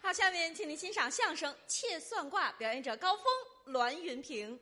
好，下面请您欣赏相声《切算卦》，表演者高峰、栾云平。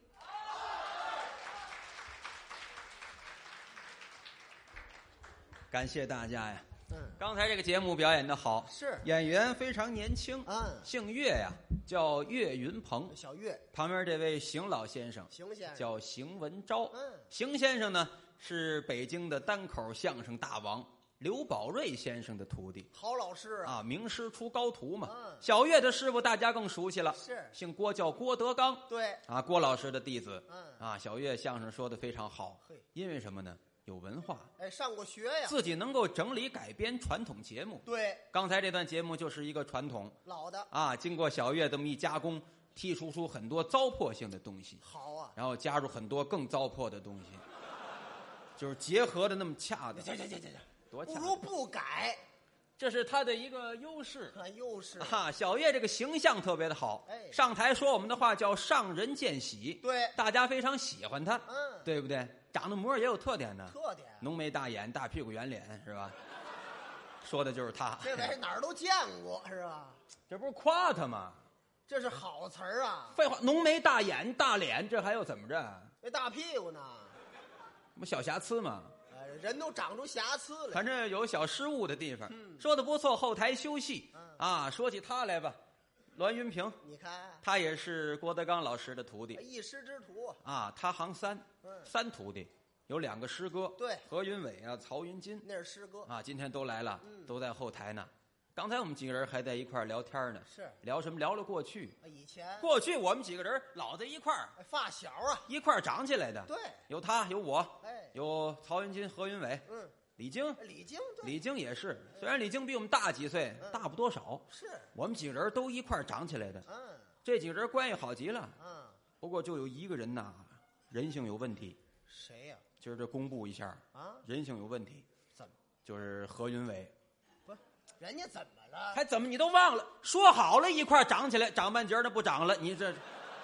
感谢大家呀。刚才这个节目表演的好， 是演员非常年轻，姓岳呀，叫岳云鹏， 小岳。 旁边这位邢老先生， 邢先生叫邢文昭，邢先生呢是北京的单口相声大王刘宝瑞先生的徒弟， 好老师啊， 名师出高徒嘛。小岳的师傅大家更熟悉了， 是姓郭，叫郭德纲， 对郭老师的弟子，小岳相声说得非常好，因为什么呢？有文化， 上过学呀， 自己能够整理改编传统节目。 对， 刚才这段节目就是一个传统老的经过小岳这么一加工，剔除出很多糟粕性的东西， 好啊， 然后加入很多更糟粕的东西，就是结合的那么恰当。多恰当， 不如不改， 这是他的一个优势。 优势小岳这个形象特别的好，上台说我们的话叫上人见喜， 对， 大家非常喜欢他，对不对？长得模样也有特点呢，浓眉大眼，大屁股圆脸，是吧？说的就是他。 这玩意哪儿都见过，是吧？ 这不是夸他吗？ 这是好词儿啊！ 废话，浓眉大眼大脸，这还要怎么着？ 那大屁股呢？ 不小瑕疵吗？ 人都长出瑕疵来， 反正有小失误的地方。说的不错，后台休息说起他来吧，栾云平， 你看他也是郭德纲老师的徒弟， 一师之徒他行三徒弟，有2个师哥， 对， 何云伟曹云金， 那是师哥今天都来了，都在后台呢。刚才我们几个人还在一块儿聊天呢， 是聊什么？聊了过去。 以前过去我们几个人老在一块儿， 发小啊， 一块儿长起来的。 对， 有他，有我，有曹云金、何云伟，李菁，李菁也是。虽然李菁比我们大几岁，大不多少， 是我们几个人都一块儿长起来的。这几个人关系好极了。不过就有一个人呐，人性有问题。 谁呀？ 今儿这公布一下人性有问题。 怎么？ 就是何云伟。 人家怎么了？ 还怎么你都忘了？说好了一块长起来，长半截的不长了，你这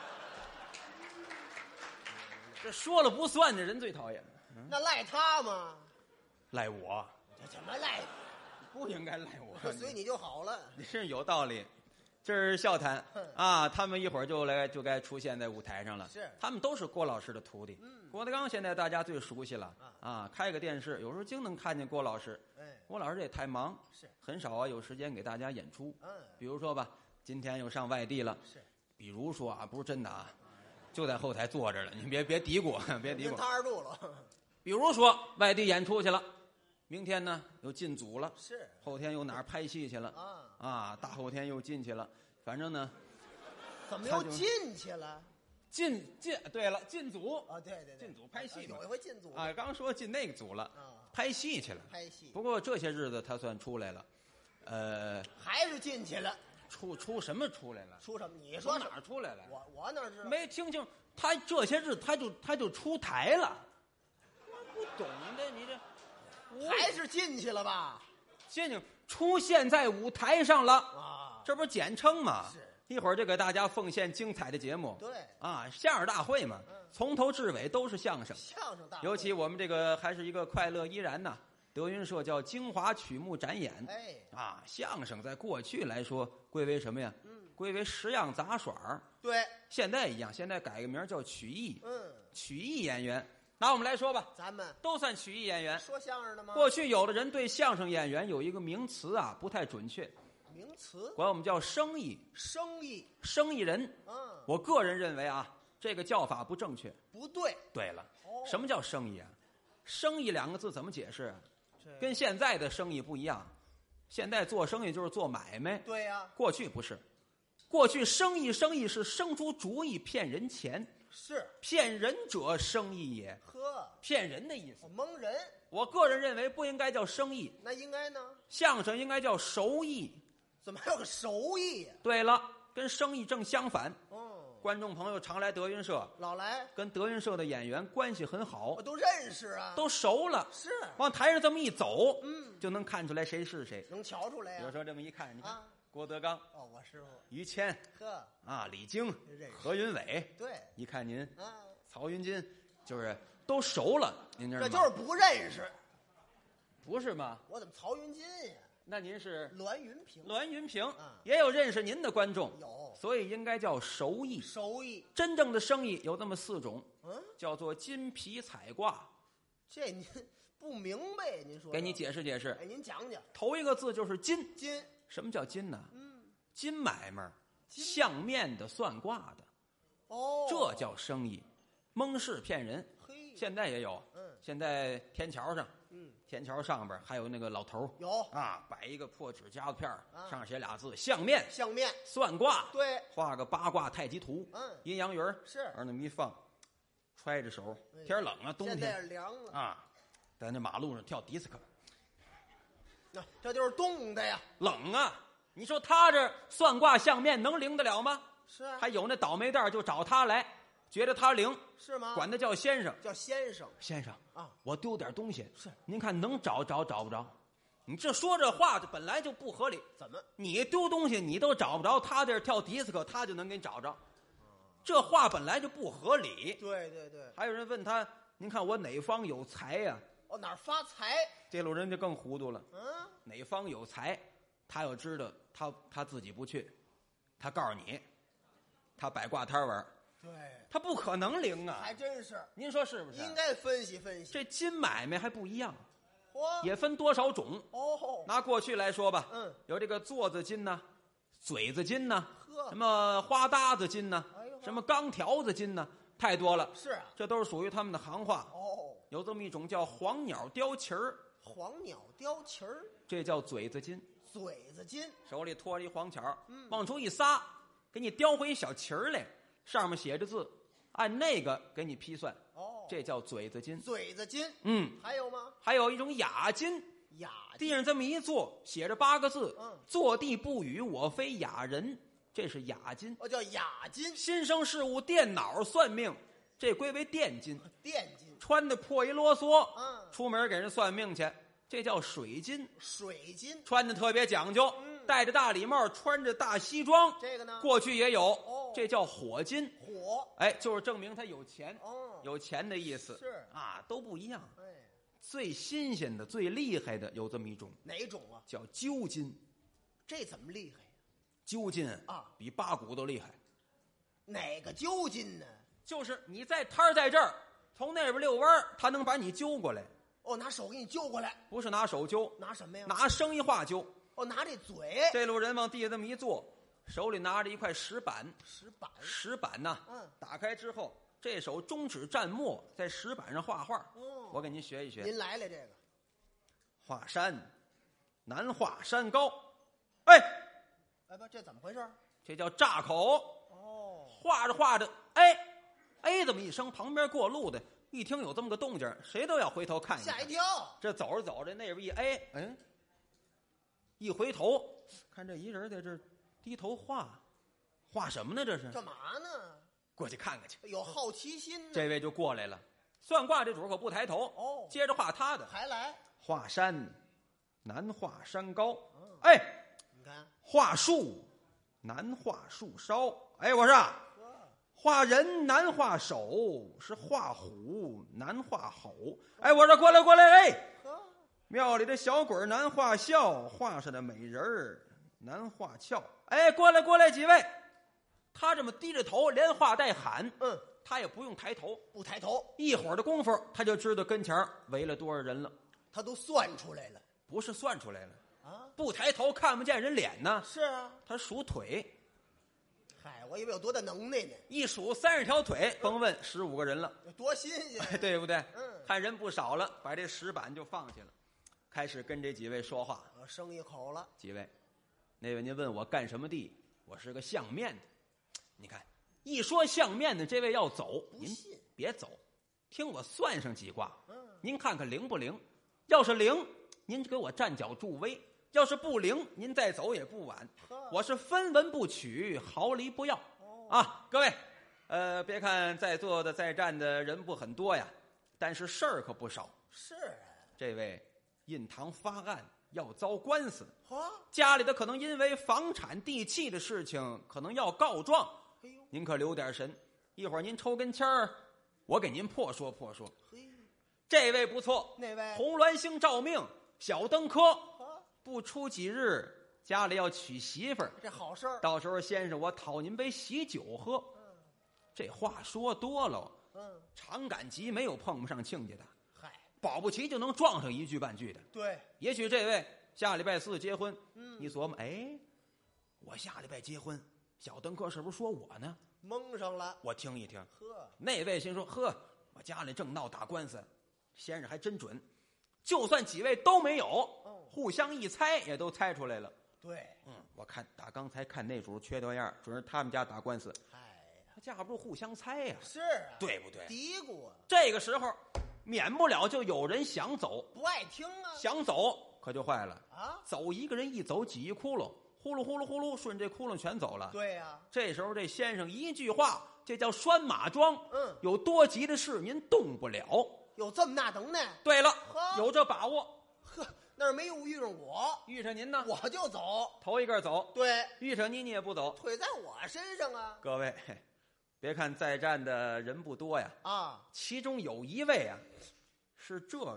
说了不算的人最讨厌。 那赖他吗？ 赖我？ 这怎么赖？ 不应该赖我。 随你就好了。 你是有道理。这是笑谈他们一会儿就该出现在舞台上了。 是， 他们都是郭老师的徒弟。郭德纲现在大家最熟悉了开个电视，有时候经能看见郭老师。郭老师也太忙， 是很少有时间给大家演出。比如说吧，今天又上外地了。 是， 比如说不是真的就在后台坐着了，你别嘀咕，别嘀咕。 踏实住了。 比如说外地演出去了，明天呢又进组了， 是， 后天又哪儿拍戏去了大后天又进去了，反正呢， 怎么又进去了？ 对了，进组对， 进组拍戏嘛， 有一回进组刚说进那个组了拍戏去了， 拍戏。 不过这些日子他算出来了， 还是进去了。 出什么出来了？ 出什么？你说哪儿出来了？ 我哪知道？ 没听清，他这些日子他就出台了。不懂的你这， 还是进去了吧？ 进去出现在舞台上了这不是简称吗？ 是。 一会儿就给大家奉献精彩的节目。 对相声大会嘛，从头至尾都是相声。 相声大会。 尤其我们这个还是一个快乐依然呐。德云社叫京华曲目展演。相声在过去来说归为什么呀？归为10样杂耍。对，现在一样，现在改个名叫曲艺。曲艺演员。拿我们来说吧， 咱们都算曲艺演员。 说相声的吗？ 过去有的人对相声演员有一个名词不太准确。 名词管我们叫生意人。我个人认为这个叫法不正确。 不对。 对了，什么叫生意生意2个字怎么解释？跟现在的生意不一样。现在做生意就是做买卖。 对呀。 过去不是，过去生意是生出主意骗人钱。 是。 骗人者生意也。骗人的意思。 蒙人。 我个人认为不应该叫生意。 那应该呢？ 相声应该叫手艺。 怎么还有个手艺呀？ 对了，跟生意正相反。观众朋友常来德云社， 老来， 跟德云社的演员关系很好， 我都认识都熟了。 是， 往台上这么一走，就能看出来谁是谁， 能瞧出来呀。 比如说这么一看，你看郭德纲， 我师傅于谦，李菁，何云伟， 对， 一看您曹云金，就是都熟了。您知道吗？ 这就是不认识， 不是吗？ 我怎么曹云金呀？ 那您是栾云平。 栾云平，也有认识您的观众， 有， 所以应该叫熟艺。 熟艺， 真正的生意有这么4种，叫做金皮彩卦。 这您不明白，您说？ 给你解释解释。 哎，您讲讲。 头一个字就是金。 金， 什么叫金呢？金买卖，相面的、算卦的。 哦，这叫生意，蒙事骗人。现在也有，现在天桥上，天桥上边还有那个老头有啊，摆一个破纸夹子片上面写俩字相面， 相面算卦， 对， 画个八卦太极图，阴阳鱼是往那么一放，揣着手，天冷啊，冬天现在凉了啊，在那马路上跳迪斯科， 那这就是冻的呀， 冷啊！你说他这算卦相面能灵得了吗？ 是啊， 还有那倒霉蛋就找他来。觉得他灵是吗？ 管他叫先生， 叫先生。 先生啊， 我丢点东西， 是您看能找不着？你这说这话这本来就不合理。 怎么？ 你丢东西你都找不着，他这跳迪斯科他就能给你找着，这话本来就不合理。 对对对。 还有人问他，您看我哪方有财呀？ 哦，哪儿发财？ 这路人就更糊涂了。哪方有财？他要知道他自己不去，他告诉你，他摆挂摊玩。 对， 他不可能灵啊！ 还真是， 您说是不是？ 应该分析分析。 这金买卖还不一样， 也分多少种哦。 拿过去来说吧，有这个座子金呐、嘴子金呐、什么花搭子金呐、什么钢条子金呐，太多了。 是啊， 这都是属于他们的行话。 哦， 有这么一种叫黄鸟雕旗儿， 黄鸟雕旗儿， 这叫嘴子金。 嘴子金， 手里托着一黄条，往出一撒，给你雕回一小旗儿来。上面写着字，按那个给你批算。哦，这叫嘴子金。 嘴子金，还有吗？ 还有一种雅金， 雅地上这么一坐，写着8个字，坐地不语，我非雅人，这是雅金。 叫雅金。 新生事物电脑算命，这归为电金。 电金， 穿的破衣啰嗦，出门给人算命去，这叫水金。 水金， 穿的特别讲究，戴着大礼帽，穿着大西装， 这个呢， 过去也有。这叫火金。 火， 哎，就是证明他有钱。有钱的意思。 是啊，都不一样。 哎， 最新鲜的、最厉害的有这么一种。 哪种啊？ 叫揪金。 这怎么厉害呀？ 揪金啊， 比八股都厉害。 哪个揪金呢？ 就是你在摊在这儿，从那边遛弯，他能把你揪过来。 哦，拿手给你揪过来。 不是拿手揪， 拿什么呀？ 拿生意话揪。 哦，拿这嘴。 这路人往地下这么一坐，手里拿着一块石板。石板呐，打开之后，这手中指蘸墨，在石板上画画。我给您学一学。 您来这个， 画山，难画山高。哎不，这怎么回事？ 这叫炸口。 哦， 画着画着，这么一声，旁边过路的一听有这么个动静，谁都要回头看一看。 吓一跳。 这走着走着，那边一一回头看这一人在这低头画什么呢？这是干嘛呢？ 过去看看去， 有好奇心呢。 这位就过来了。算卦这主可不抬头，接着画他的， 还来画山难画山高。 你看画树难画树梢。我说画人难画手，是画虎难画吼。我说过来。庙里的小鬼难画笑，画上的美人难画俏。过来几位。他这么低着头，连话带喊，他也不用抬头， 不抬头， 一会儿的功夫，他就知道跟前围了多少人了。 他都算出来了。 不是算出来了啊，不抬头看不见人脸呢。 是啊， 他数腿。 嗨，我以为有多大能耐呢。 一数30条腿，甭问15个人了， 多新鲜， 对不对？看人不少了，把这石板就放下了，开始跟这几位说话。 生一口了。 几位，那位您问我干什么的？我是个相面的。你看，一说相面的，这位要走，您别走，听我算上几卦。您看看灵不灵？要是灵，您给我站脚助威；要是不灵，您再走也不晚。我是分文不取，毫厘不要。各位，别看在座的在站的人不很多呀，但是事儿可不少。 是啊， 这位印堂发案，要遭官司。家里的可能因为房产地契的事情，可能要告状。您可留点神，一会儿您抽根签儿，我给您破说。这位不错， 哪位？ 红鸾星照命，小登科， 不出几日，家里要娶媳妇儿， 这好事儿。 到时候先生我讨您杯喜酒喝。这话说多了，常赶集没有碰不上亲家的， 嗨， 保不齐就能撞上一句半句的。 对， 也许这位下礼拜4结婚，你琢磨，哎，我下礼拜结婚，小登科是不是说我呢？ 蒙上了。 我听一听。 呵， 那位心说，呵，我家里正闹打官司，先生还真准，就算几位都没有，互相一猜也都猜出来了。 对， 我看打刚才看那主缺德样，准是他们家打官司。 哎呀， 他架不住互相猜呀， 是啊， 对不对？ 嘀咕啊， 这个时候免不了就有人想走， 不爱听啊， 想走可就坏了啊， 走一个人一走挤一窟窿，呼噜呼噜呼噜，顺这窟窿全走了。 对呀， 这时候这先生一句话，这叫拴马桩。有多急的事您动不了。 有这么大能耐？ 对了， 呵， 有这把握。 呵，那是没有遇上我， 遇上您呢， 我就走。 头一个走。 对， 遇上你也不走， 腿在我身上啊。 各位，别看在站的人不多呀，其中有一位啊，是这个。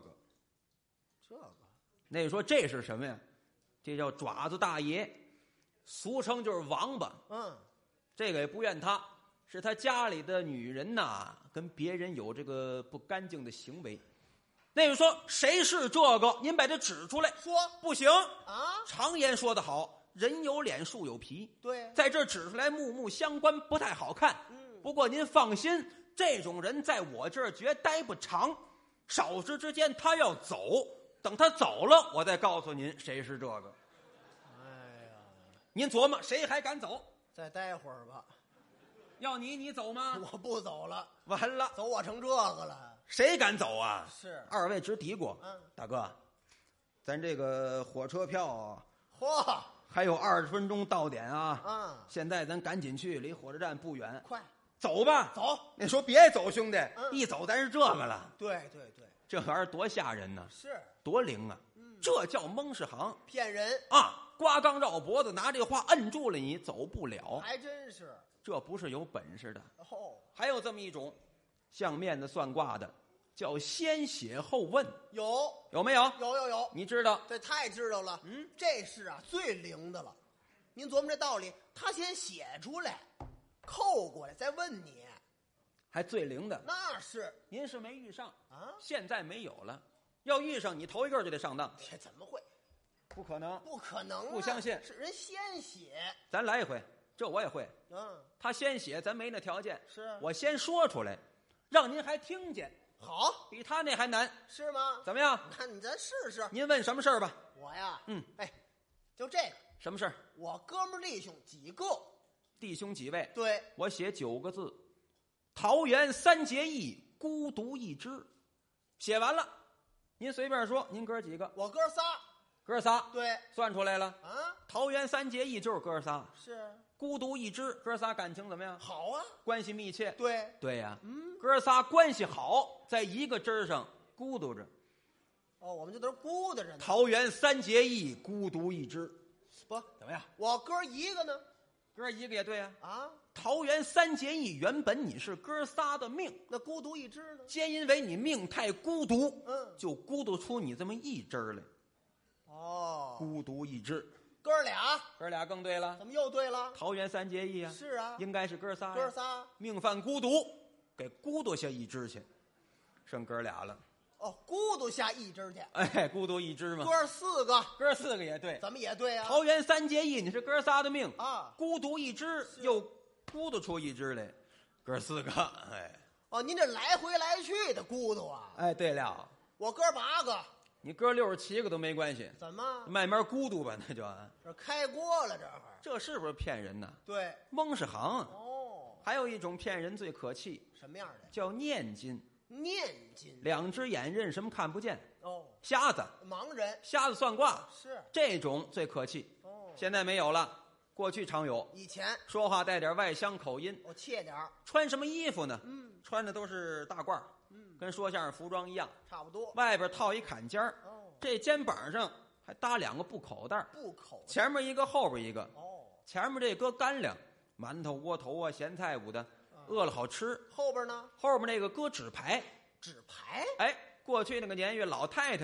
那说这是什么呀？这叫爪子大爷，俗称就是王八。这个也不怨他，是他家里的女人呐，跟别人有这个不干净的行为。那个说谁是这个？您把它指出来。 说不行啊。 常言说得好，人有脸树有皮。 对， 在这指出来目目相关，不太好看。不过您放心，这种人在我这儿绝待不长，少时之间他要走，等他走了，我再告诉您谁是这个。 哎呀， 您琢磨谁还敢走？ 再待会儿吧。 要你走吗？ 我不走了。 完了， 走我成这个了。 谁敢走啊？ 是。 二位直嘀咕。大哥，咱这个火车票啊， 嚯， 还有20分钟到点啊。现在咱赶紧去，离火车站不远。 快走吧。 走。 那说别走，兄弟，一走咱是这个了。 对对对， 这玩意儿多吓人呢。 是。 多灵啊。这叫蒙氏行， 骗人啊！刮缸绕脖子，拿这话摁住了你，走不了。 还真是。 这不是有本事的。 还有这么一种相面的算卦的，叫先写后问。 有没有？ 有。 你知道？ 这太知道了。这是啊最灵的了。您琢磨这道理，他先写出来，扣过来再问你， 还最灵的。 那是您是没遇上啊？ 现在没有了。要遇上你头一个就得上当。 这怎么会？ 不可能， 不可能， 不相信。 是人先写， 咱来一回，这我也会。他先写，咱没那条件。 是我先说出来，让您还听见。 好， 比他那还难， 是吗？ 怎么样？ 那你咱试试。 您问什么事儿吧？ 我呀，就这个。 什么事儿？ 我哥们弟兄几个？ 弟兄几位？ 对， 我写9个字：桃园三结义，孤独一只。写完了，您随便说，您哥几个？ 我哥仨。 哥仨。 对， 算出来了啊！ 桃园三结义就是哥仨。 是。 孤独一只，哥仨感情怎么样？ 好啊， 关系密切。 对呀，哥仨关系好，在一个枝上孤独着。 我们就都孤独着呢。 桃园三结义，孤独一只。 不， 怎么样？ 我哥一个呢？ 哥一个也对啊。 桃园三结义，原本你是哥仨的命， 那孤独一只呢？ 皆因为你命太孤独，就孤独出你这么一枝来。孤独一只。哥俩更对了。 怎么又对了？ 桃园三结义啊。 是啊， 应该是哥仨。 哥仨命犯孤独，给孤独下一枝去，剩哥俩了。 孤独下一枝去。 孤独一枝嘛。 哥四个也对。怎么也对啊？ 桃园三结义，你是哥仨的命啊， 孤独一枝又孤独出一枝来，哥4个。 您这来回来去的孤独啊？ 对了， 我哥8个。 你哥67个都没关系， 怎么慢慢孤独吧？那就这开锅了， 这是不是骗人呢？ 对， 蒙氏行。还有一种骗人最可气， 什么样的？ 叫念金。 念金 ，2只眼认什么看不见。瞎子， 盲人， 瞎子算卦是这种最可气。现在没有了，过去常有。 以前说话带点外乡口音， 切点儿。 穿什么衣服呢？穿的都是大褂。跟说相声服装一样， 差不多。 外边套一坎肩儿，这肩膀上还搭2个布口袋，前面一个，后边一个。前面这搁干粮，馒头、窝头啊、咸菜捂的，饿了好吃。 后边呢？ 后边那个搁纸牌。 纸牌？ 过去那个年月，老太太们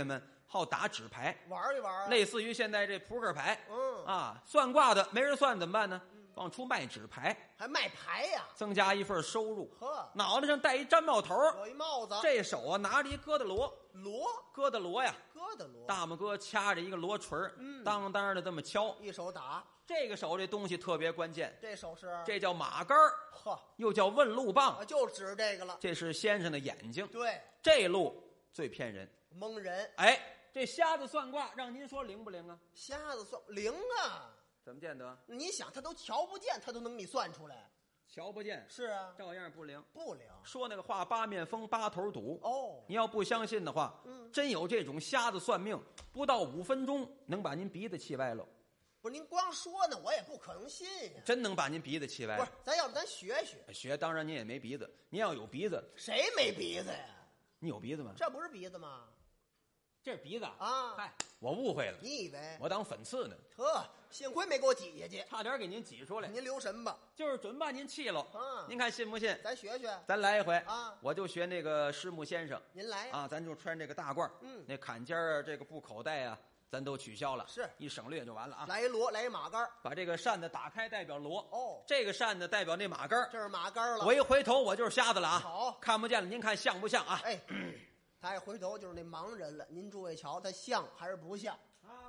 好打纸牌， 玩一玩， 类似于现在这扑克牌。算卦的没人算怎么办呢？往出卖纸牌， 还卖牌呀， 增加一份收入。 呵， 脑袋上戴一毡帽头， 有一帽子， 这手啊拿着一疙瘩锣，疙瘩锣呀， 疙瘩锣， 大拇哥掐着一个锣锤，当当的这么敲， 一手打。 这个手这东西特别关键， 这手是这叫马杆呵， 又叫问路棒， 就指这个了。 这是先生的眼睛， 对， 这路最骗人， 蒙人。 哎，这瞎子算卦，让您说灵不灵啊？ 瞎子算灵啊？ 怎么见得？ 你想，他都瞧不见，他都能给你算出来。 瞧不见， 是啊， 照样不灵， 不灵。 说那个话，八面风，八头堵。 哦， 你要不相信的话，真有这种瞎子算命，不到5分钟能把您鼻子气歪了。 不是您光说呢，我也不可能信呀。 真能把您鼻子气歪。 不是，咱要不咱学学？ 学，当然您也没鼻子。您要有鼻子， 谁没鼻子呀？ 你有鼻子吗？ 这不是鼻子吗？ 这是鼻子啊！ 嗨，我误会了。 你以为我当粉刺呢？ 呵，幸亏没给我挤下去， 差点给您挤出来。 您留神吧， 就是准把您气了。您看信不信？ 咱学学， 咱来一回啊！ 我就学那个师木先生。 您来啊！咱就穿这个大褂，那坎肩儿这个布口袋啊，咱都取消了， 是一省略就完了啊！ 来一锣，来一马杆， 把这个扇子打开，代表锣。 哦， 这个扇子代表那马杆， 这是马杆了。 我一回头，我就是瞎子了啊！ 好， 看不见了，您看像不像啊？ 哎，他一回头就是那盲人了。您诸位瞧，他像还是不像？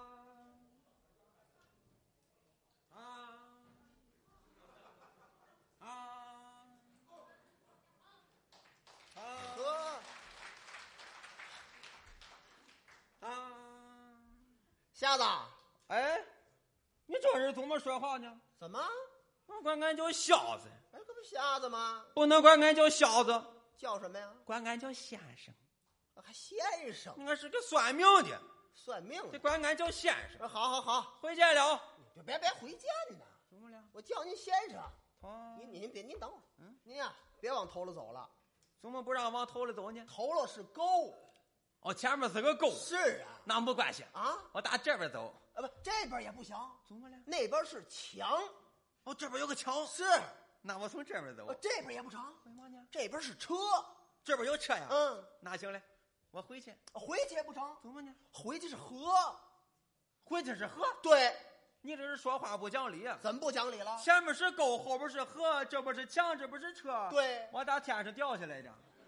瞎子， 哎，你这是怎么说话呢？ 怎么？ 我管俺叫瞎子。 哎，可不瞎子吗？ 不能管俺叫瞎子， 叫什么呀？ 管俺叫先生。 还先生？ 我是个算命的。 算命的？ 得管俺叫先生。 好好好， 回见了。 别回见呢。 怎么了？ 我叫您先生。 哦， 您别，您等会儿。您呀，别往头了走了。 怎么不让往头了走呢？ 头了是沟。 哦，前面是个沟。 是啊， 那没关系啊。 我打这边走。 不，这边也不行。 怎么了？ 那边是墙。 哦，这边有个墙。 是。 那我从这边走。 这边也不成。 为嘛呢？ 这边是车。 这边有车呀。那行嘞，我回去。 回去也不成。 怎么呢？ 回去是河。 回去是河。 对。 你这是说话不讲理啊！ 怎么不讲理了？ 前面是沟，后边是河，这不是墙，这不是车。 对。 我打天上掉下来的。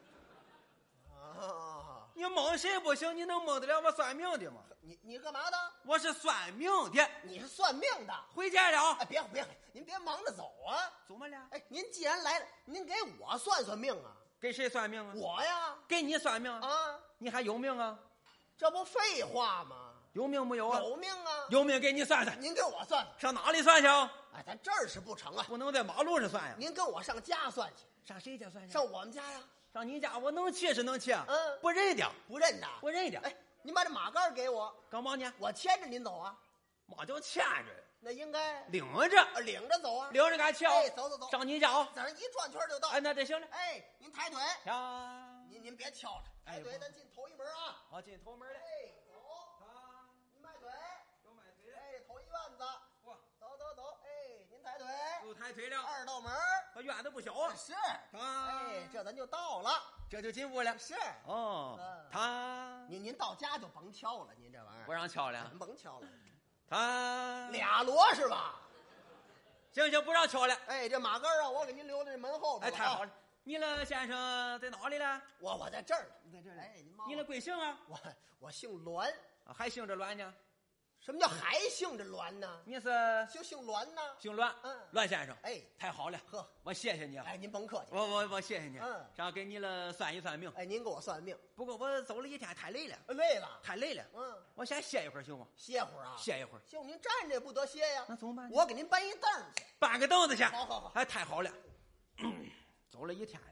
啊！ 你蒙谁不行？你能蒙得了我算命的吗？ 你干嘛的？ 我是算命的。 你是算命的？ 回见了。 哎，别，您别忙着走啊！ 怎么了？ 哎，您既然来了，您给我算算命啊！ 给谁算命啊？ 我呀。 给你算命啊？ 你还有命啊？ 这不废话吗？ 有命没有啊？ 有命啊！ 有命给你算算。 您给我算。 上哪里算去？ 哎，咱这儿是不成啊， 不能在马路上算呀。 您跟我上家算去。 上谁家算去？ 上我们家呀。 上你家我能去是能去，不认的。 不认的。 不认的。 哎，您把这马杆给我。 干嘛呢？ 我牵着您走啊。 嘛叫牵着？ 那应该领着。 领着走啊。 领着干去。 哎，走。 上你家啊。 在那一转圈就到。 哎，那这行了。 哎，您抬腿。 呀。 您别翘着。抬腿，咱进头一门啊。 好，进头门来。 哎，走。您迈腿。 有迈腿。 哎，头一万子。 哇。 走。哎，您抬腿。 又抬腿了。 2道门。 我院子不小啊。 是。 哎， 这咱就到了。 这就进屋了。 是。 哦。 您到家就甭敲了，您这玩意儿不让敲了。 甭敲了。 俩锣是吧？ 行，不让敲了。 哎，这马杆啊，我给您留在这门后边。 哎，太好了。你了先生在哪里了？ 我在这儿。 你在这儿。 哎，您你了贵姓啊？ 我姓栾。 还姓着栾呢？ 什么叫还姓着栾呢？ 你是就姓栾呢？ 姓栾。栾先生。 哎， 太好了。 呵， 我谢谢你。 哎，您甭客气。 我谢谢你。然后给你了算一算命。 哎，您给我算命。 不过我走了一天太累了。 累了。 太累了。我先歇一会儿行吗？ 歇会儿啊。 歇一会儿。 行，您站着也不得歇呀。 那怎么办？ 我给您搬一凳去。 搬个凳子去。 好。 哎，太好了。走了一天了。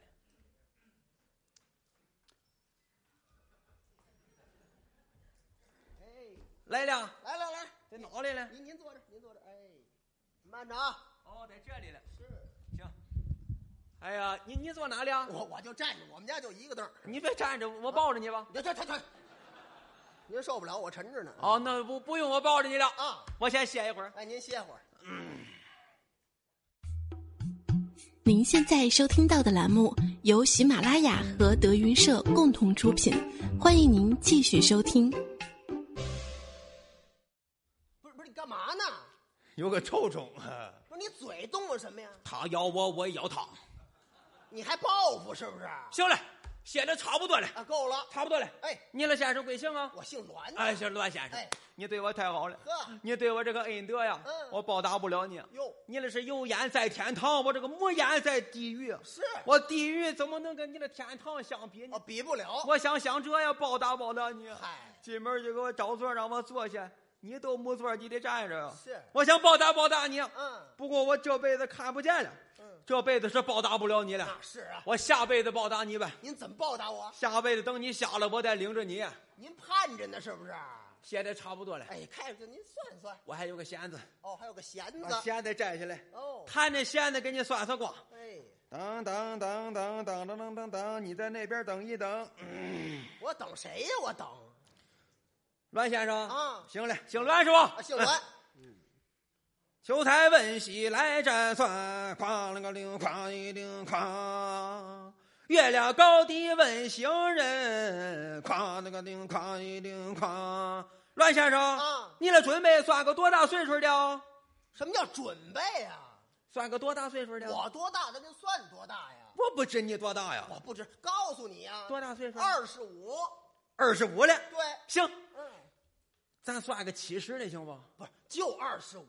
来了，在哪里了？ 您坐着，哎，慢着啊！ 哦，在这里了。 是， 行。哎呀，你坐哪里啊？ 我就站着，我们家就一个凳。 你别站着，我抱着你吧。 这，您受不了，我沉着呢。 哦，那不用我抱着你了啊！ 我先歇一会儿。 哎，您歇会儿。 您现在收听到的栏目由喜马拉雅和德云社共同出品，欢迎您继续收听。 有个臭虫。 不是你嘴动了什么呀？ 他咬我，我也咬他。 你还报复是不是？ 行了，写的差不多了啊，够了， 差不多了。 哎， 你了先生贵姓啊？ 我姓栾。 哎，是栾先生。 哎， 你对我太好了。 呵， 你对我这个恩德呀，我报答不了你。 哟， 你那是有眼在天堂，我这个无眼在地狱。 是我地狱怎么能跟你的天堂相比呢？ 比不了。 我想这样报答你。 嗨， 进门就给我找座让我坐下，你都没座，你得站着呀。 是， 我想报答你。 不过我这辈子看不见了。这辈子是报答不了你了。 是啊， 我下辈子报答你呗。 您怎么报答我？ 下辈子等你下了，我再领着你。 您盼着呢，是不是？ 写的差不多了。 哎，看着您算算。 我还有个弦子。 哦，还有个弦子。 把弦子摘下来。 哦， 弹着弦子给你算卦。 哎， 当当当当当当当当当，你在那边等一等。 我等谁呀？我等栾先生啊。 行了，姓栾是吧？ 姓栾。 秀才问喜来占算，哐了个铃，哐一铃哐。月亮高低问行人，哐了个铃，哐一铃哐。栾先生啊， 你来准备算个多大岁数的？ 什么叫准备呀？ 算个多大岁数的？ 我多大的？您算多大呀？ 我不知你多大呀？ 我不知，告诉你呀。 多大岁数 ？25。 25了。 对， 行。咱算个70的行不？ 不是，就25。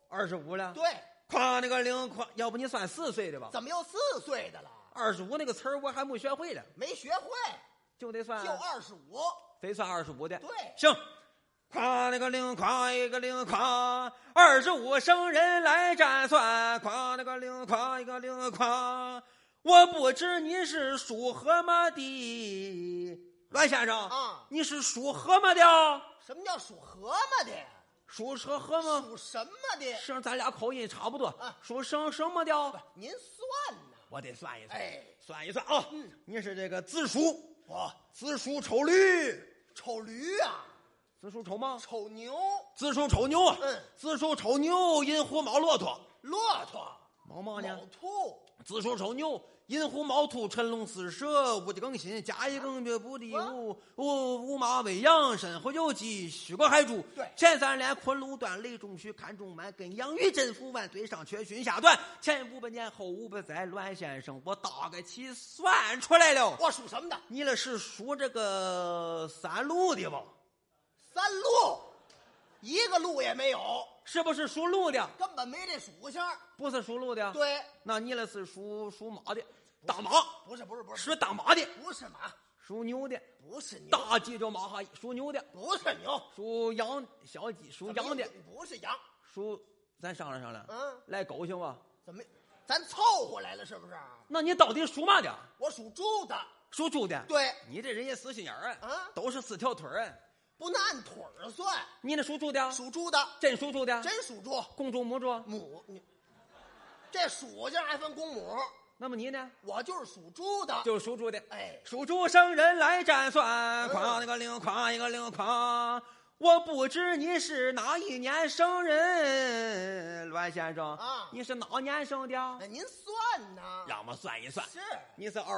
25了。 对。 哐那个铃哐，要不你算4岁的吧？ 怎么又4岁的了 ？25那个词儿我还没学会了。 没学会， 就得算。 就25。 得算25的。 对。 行。哐那个铃哐一个铃哐，25生人来占算，哐那个铃哐一个铃哐。我不知你是属何么的，栾先生啊？ 你是属何么的？ 什么叫属何么的？ 属何么？ 属什么的？ 是咱俩口音差不多。属什么的？ 您算呢？ 我得算一算。 哎， 算一算啊。你是这个子鼠。子鼠丑驴。 丑驴啊？ 子鼠丑吗？ 丑牛。 子鼠丑牛啊。子鼠丑牛，寅虎卯骆驼。 骆驼。 卯嘛呢？ 卯兔。 子鼠丑牛，寅虎卯兔，辰龙巳蛇，戊己庚辛，甲乙庚月，戊地午马未羊，申猴酉鸡，戌狗亥猪。 对， 前3连坤禄断，雷中戌，看中满，艮阳与震孚完，对上缺，巽下断，前500年，后500载。栾先生，我大概起算出来了。 我属什么的？ 你那是属这个3路的吧 ？3路，一个路也没有。 是不是属鹿的？ 根本没这属相。 不是属鹿的。 对。 那你那是属马的。大马。 不是。 是大马的。 不是马。 属牛的。 不是牛。 大鸡叫马哈，属牛的。 不是牛。 属羊，小鸡属羊的。 不是羊。 属，咱商量商量。来狗行吧？ 怎么？咱凑合来了是不是？ 那你到底属嘛的？ 我属猪的。 属猪的。 对。 你这人也死心眼儿啊！都是4条腿儿。 不能按腿儿算。 你那属猪的？ 属猪的。 真属猪的？ 真属猪。 公猪母猪？ 母。这属性还分公母。 那么你呢？ 我就是属猪的。 就是属猪的。 哎， 属猪生人来占算，哐那个铃，哐一个铃哐。我不知你是哪一年生人，栾先生啊？ 你是哪年生的？ 您算呢？ 让我算一算。 是， 你是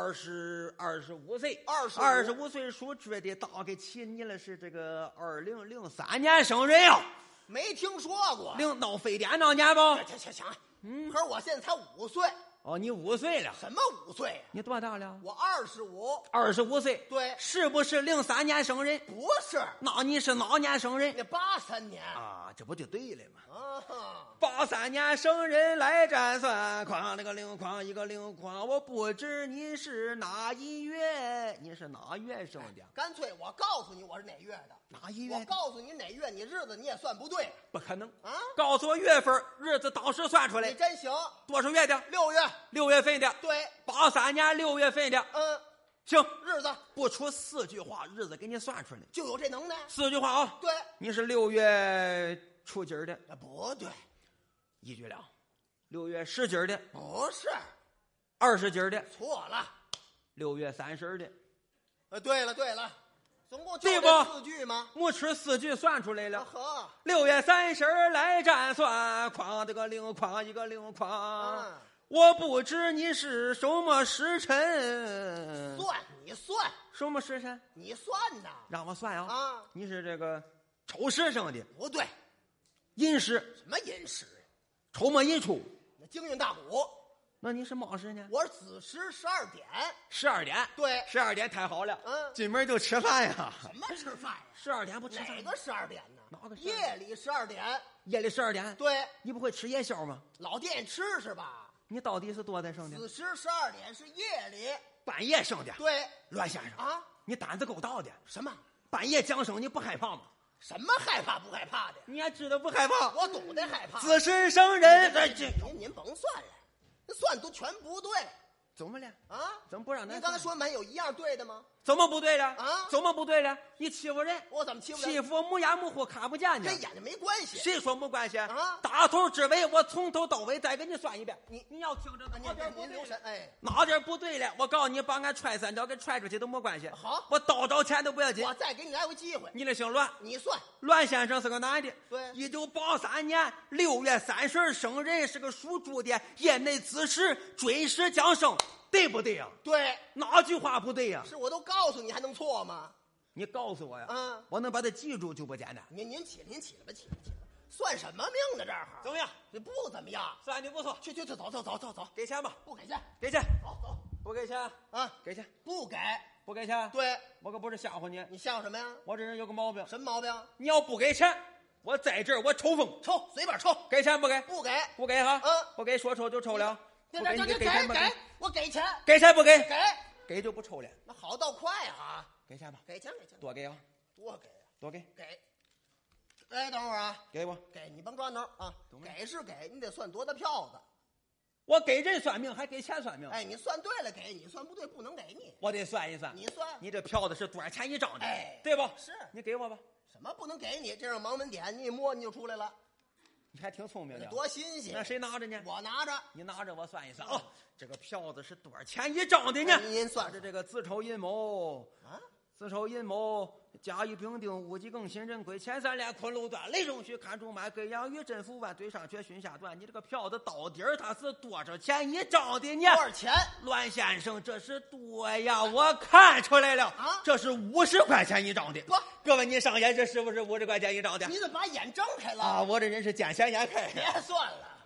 25岁，25岁属猪的，大概起你了是这个2003年生人呀？ 没听说过。 闹非典那年吧？ 行。可是我现在才5岁。 哦，你5岁了？ 什么5岁呀？ 你多大了？ 我25。 25岁。 对。 是不是03年生人？ 不是。 那你是哪年生人？ 那83年啊，这不就对了吗 ？83 年生人来占算，哐那个铃，哐一个铃哐。我不知你是哪一月？你是哪月生的？ 干脆我告诉你我是哪月的。 哪一月？ 我告诉你哪月，你日子你也算不对。 不可能啊！ 告诉我月份，日子当时算出来。 你真行。 多少月的 ？6月。 6月份的。 对。 83年6月份的。行， 日子不出4句话，日子给你算出来， 就有这能耐。 4句话啊。 对。 你是6月初几的？ 不对。 1句了。6月10几的？ 不是。 20几的？ 错了。 6月30的。 对了。总共就这4句吗？ 没吃4句算出来了。 呵 ，6月30来占算，哐这个铃，哐一个铃哐。我不知你是什么时辰。 你算。 什么时辰？ 你算呐。 让我算啊。 你是这个丑时生的。 不对。 寅时。 什么寅时？ 筹末一出， 那京运大鼓。 那你是卯时呢？ 我是子时12点。 12点？ 对 ，12点太好了。 嗯， 进门就吃饭呀。 什么吃饭呀 ？12点不吃饭？ 哪个12点呢？ 哪个？ 夜里12点。 夜里12点？ 对。 你不会吃夜宵吗？ 老店吃是吧？ 你到底是多大生的？ 子时12点是夜里。 半夜生的？ 对。 栾先生啊， 你胆子够大的。 什么？ 半夜降生你不害怕吗？ 什么害怕不害怕的？ 你还知道不害怕？ 我懂得害怕。 子时生人， 您甭算了，那算都全不对。 怎么了？ 啊？ 怎么不让咱？ 你刚才说没有一样对的吗？ 怎么不对了？ 啊？ 怎么不对了？你欺负人！ 我怎么欺负人？ 欺负我目眼目糊看不见呢？ 跟眼睛没关系。 谁说没关系？ 啊？ 打头至尾，我从头到尾再给你算一遍。你要听着， 您留神。哎， 哪点不对了？我告诉你，把俺踹3脚给踹出去都没关系。 好， 我倒找钱都不要紧。 我再给你来回机会。 你的姓栾， 你算。 栾先生是个男的。 对。 1983年6月30日生人，是个属猪的。业内子时追时降生。对不对呀？ 对， 哪句话不对呀？ 是我都告诉你，还能错吗？ 你告诉我呀！ 啊， 我能把它记住就不简单。 您起来吧，起来，算什么命呢？这儿怎么样？ 你不怎么样， 算你不错。 去，走， 给钱吧。 不给钱， 给钱。 走， 不给钱啊？ 给钱。 不给， 不给钱。 对， 我可不是吓唬你。 你吓唬什么呀？ 我这人有个毛病。 什么毛病？ 你要不给钱，我在这儿我抽风， 抽随便抽。 给钱不给？ 不给， 不给哈。 嗯， 不给说抽就抽了。 给，我给钱。 给钱不给？给就不抽了。 那好到快啊！ 给钱吧。 给钱。 多给啊。多给。 哎，等会儿啊。 给我。 给你甭转头啊。给是给，你得算多大票子。 我给人算命还给钱算命？ 哎，你算对了给你，算不对不能给你。 我得算一算。 你算。 你这票子是多少钱一张的？ 哎， 对不？ 是。 你给我吧。 什么不能给你？这让盲文点，你一摸你就出来了。 你还挺聪明的， 多新鲜！ 那谁拿着呢？ 我拿着。 你拿着，我算一算啊。这个票子是多少钱一张的呢？ 您算着这个子丑寅卯啊，子丑寅卯，甲乙丙丁戊己庚辛壬癸乾三连坤禄断雷中戌看中麦艮阳禹震孚万兑上缺巽下断。你这个票子到底儿它是多少钱一张的呢？ 多少钱？ 栾先生，这是多呀！我看出来了啊， 这是50块钱一张的。 不， 各位，你上眼这是不是50块钱一张的？ 你怎么把眼睁开了啊？我这人是见钱眼开。 别算了。